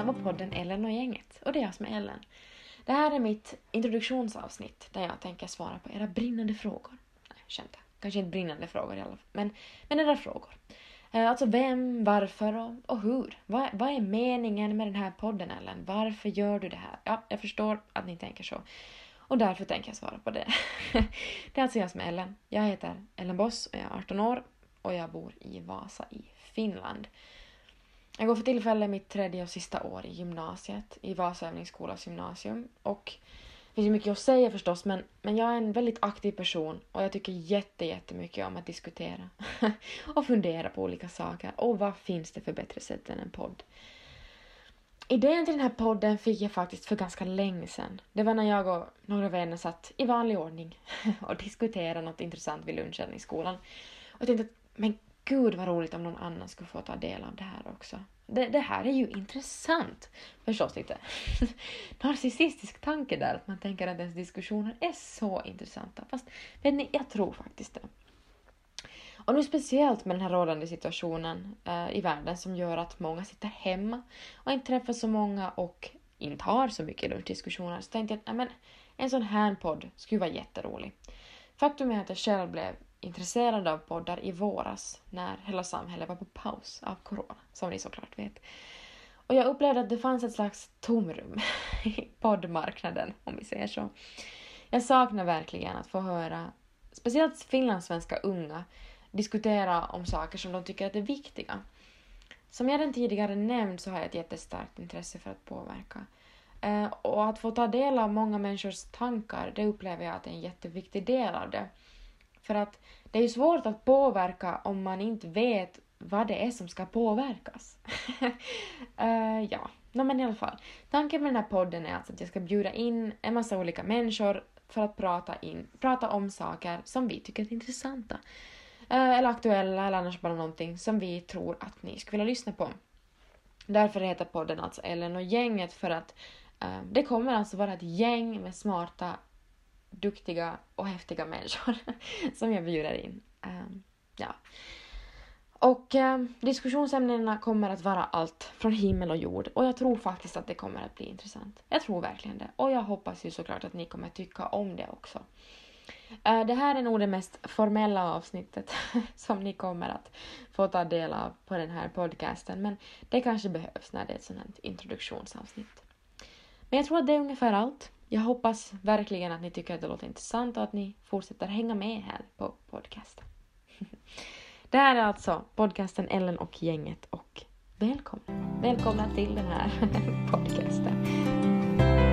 lyssnar på podden Ellen och gänget. Och det är jag som är Ellen. Det här är mitt introduktionsavsnitt där jag tänker svara på era brinnande frågor. Nej, skämta. Kanske inte brinnande frågor i alla fall. Men era frågor. Alltså vem, varför och hur. Vad är meningen med den här podden, Ellen? Varför gör du det här? Ja, jag förstår att ni tänker så. Och därför tänker jag svara på det. Det är alltså jag som är Ellen. Jag heter Ellen Boss och jag är 18 år. Och jag bor i Vasa i Finland. Jag går för tillfället mitt 3:e och sista år i gymnasiet. I Vasa övningsskolas gymnasium. Och det finns mycket att säga förstås. Men jag är en väldigt aktiv person. Och jag tycker jättemycket om att diskutera. Och fundera på olika saker. Och vad finns det för bättre sätt än en podd? Idén till den här podden fick jag faktiskt för ganska länge sedan. Det var när jag och några vänner satt i vanlig ordning och diskuterade något intressant vid lunchen i skolan. Och jag tänkte att, men gud vad roligt om någon annan skulle få ta del av det här också. Det här är ju intressant. Förstås lite narcissistisk tanke där. Att man tänker att ens diskussioner är så intressanta. Fast vet ni, jag tror faktiskt det. Och nu speciellt med den här rådande situationen i världen som gör att många sitter hemma och inte träffar så många och inte har så mycket lunchdiskussioner. Så tänkte jag att en sån här podd skulle vara jätterolig. Faktum är att jag själv blev intresserad av poddar i våras när hela samhället var på paus av corona, som ni såklart vet. Och jag upplevde att det fanns ett slags tomrum i poddmarknaden, om vi säger så. Jag saknar verkligen att få höra, speciellt finlandssvenska unga, diskutera om saker som de tycker att är viktiga. Som jag redan tidigare nämnt så har jag ett jättestarkt intresse för att påverka. Och att få ta del av många människors tankar, det upplever jag att är en jätteviktig del av det. För att det är ju svårt att påverka om man inte vet vad det är som ska påverkas. Men i alla fall. Tanken med den här podden är alltså att jag ska bjuda in en massa olika människor för att prata om saker som vi tycker är intressanta. Eller aktuella eller annars bara någonting som vi tror att ni skulle vilja lyssna på. Därför heter podden alltså Ellen och gänget, för att det kommer alltså vara ett gäng med smarta, duktiga och häftiga människor som jag bjuder in. Och diskussionsämnena kommer att vara allt från himmel och jord. Och jag tror faktiskt att det kommer att bli intressant. Jag tror verkligen det. Och jag hoppas ju såklart att ni kommer att tycka om det också. Det här är nog det mest formella avsnittet som ni kommer att få ta del av på den här podcasten. Men det kanske behövs när det är ett sådant här introduktionsavsnitt. Men jag tror att det är ungefär allt. Jag hoppas verkligen att ni tycker att det låter intressant och att ni fortsätter hänga med här på podcasten. Det här är alltså podcasten Ellen och gänget och välkomna till den här podcasten.